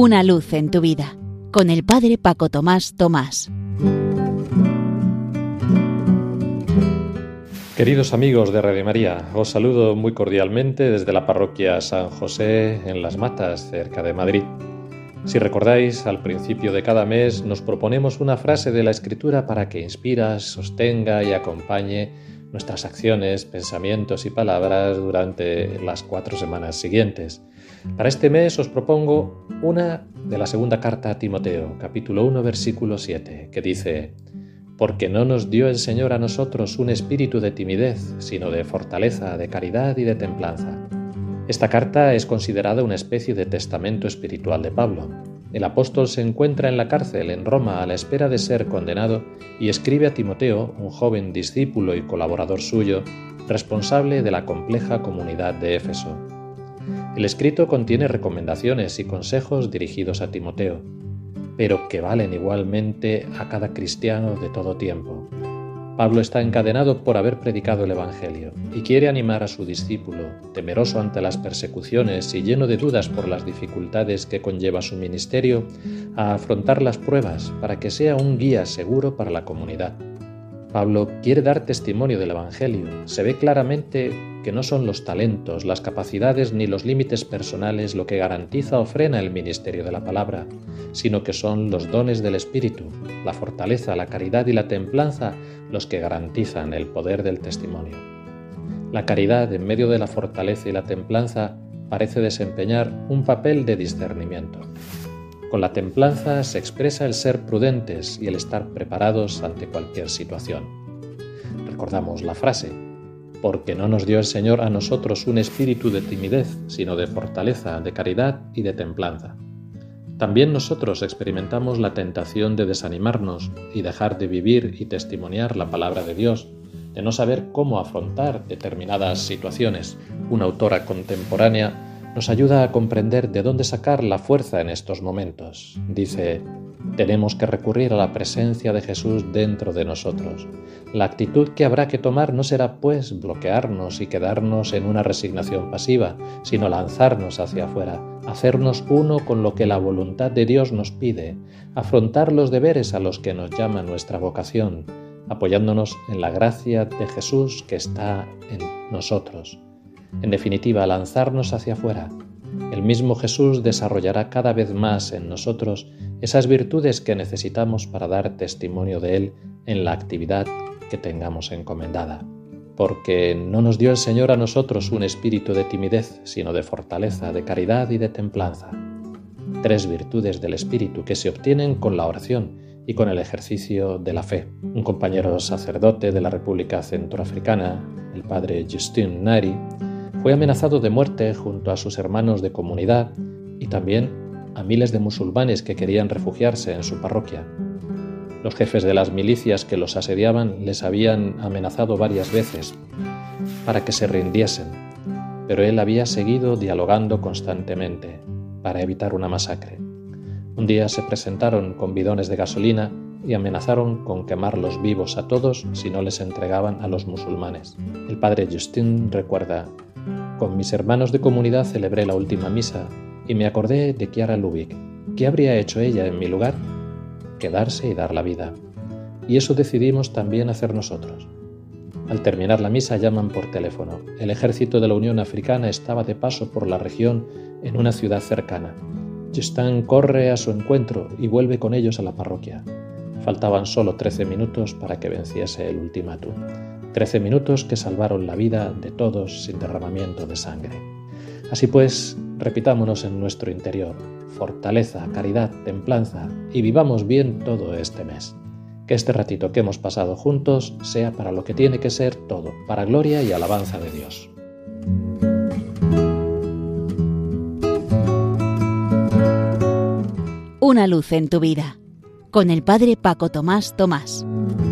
Una luz en tu vida, con el Padre Paco Tomás Tomás. Queridos amigos de Radio María, os saludo muy cordialmente desde la parroquia San José en Las Matas, cerca de Madrid. Si recordáis, al principio de cada mes nos proponemos una frase de la Escritura para que inspira, sostenga y acompañe nuestras acciones, pensamientos y palabras durante las 4 semanas siguientes. Para este mes os propongo una de la segunda carta a Timoteo, capítulo 1, versículo 7, que dice: «Porque no nos dio el Señor a nosotros un espíritu de timidez, sino de fortaleza, de caridad y de templanza». Esta carta es considerada una especie de testamento espiritual de Pablo. El apóstol se encuentra en la cárcel en Roma a la espera de ser condenado y escribe a Timoteo, un joven discípulo y colaborador suyo, responsable de la compleja comunidad de Éfeso. El escrito contiene recomendaciones y consejos dirigidos a Timoteo, pero que valen igualmente a cada cristiano de todo tiempo. Pablo está encadenado por haber predicado el Evangelio y quiere animar a su discípulo, temeroso ante las persecuciones y lleno de dudas por las dificultades que conlleva su ministerio, a afrontar las pruebas para que sea un guía seguro para la comunidad. Pablo quiere dar testimonio del Evangelio. Se ve claramente que no son los talentos, las capacidades ni los límites personales lo que garantiza o frena el ministerio de la palabra, sino que son los dones del Espíritu, la fortaleza, la caridad y la templanza los que garantizan el poder del testimonio. La caridad, en medio de la fortaleza y la templanza, parece desempeñar un papel de discernimiento. Con la templanza se expresa el ser prudentes y el estar preparados ante cualquier situación. Recordamos la frase: «Porque no nos dio el Señor a nosotros un espíritu de timidez, sino de fortaleza, de caridad y de templanza». También nosotros experimentamos la tentación de desanimarnos y dejar de vivir y testimoniar la palabra de Dios, de no saber cómo afrontar determinadas situaciones. Una autora contemporánea nos ayuda a comprender de dónde sacar la fuerza en estos momentos. Dice: «Tenemos que recurrir a la presencia de Jesús dentro de nosotros. La actitud que habrá que tomar no será, pues, bloquearnos y quedarnos en una resignación pasiva, sino lanzarnos hacia afuera, hacernos uno con lo que la voluntad de Dios nos pide, afrontar los deberes a los que nos llama nuestra vocación, apoyándonos en la gracia de Jesús que está en nosotros. En definitiva, lanzarnos hacia afuera. El mismo Jesús desarrollará cada vez más en nosotros esas virtudes que necesitamos para dar testimonio de Él en la actividad que tengamos encomendada. Porque no nos dio el Señor a nosotros un espíritu de timidez, sino de fortaleza, de caridad y de templanza». 3 virtudes del espíritu que se obtienen con la oración y con el ejercicio de la fe. Un compañero sacerdote de la República Centroafricana, el padre Justin Nari, fue amenazado de muerte junto a sus hermanos de comunidad y también a miles de musulmanes que querían refugiarse en su parroquia. Los jefes de las milicias que los asediaban les habían amenazado varias veces para que se rindiesen, pero él había seguido dialogando constantemente para evitar una masacre. Un día se presentaron con bidones de gasolina y amenazaron con quemarlos vivos a todos si no les entregaban a los musulmanes. El padre Justin recuerda: «Con mis hermanos de comunidad celebré la última misa y me acordé de Chiara Lubich. ¿Qué habría hecho ella en mi lugar? Quedarse y dar la vida. Y eso decidimos también hacer nosotros». Al terminar la misa llaman por teléfono. El ejército de la Unión Africana estaba de paso por la región en una ciudad cercana. Justin corre a su encuentro y vuelve con ellos a la parroquia. Faltaban solo 13 minutos para que venciese el ultimátum. 13 minutos que salvaron la vida de todos sin derramamiento de sangre. Así pues, repitámonos en nuestro interior: fortaleza, caridad, templanza, y vivamos bien todo este mes. Que este ratito que hemos pasado juntos sea para lo que tiene que ser todo, para gloria y alabanza de Dios. Una luz en tu vida, con el Padre Paco Tomás Tomás.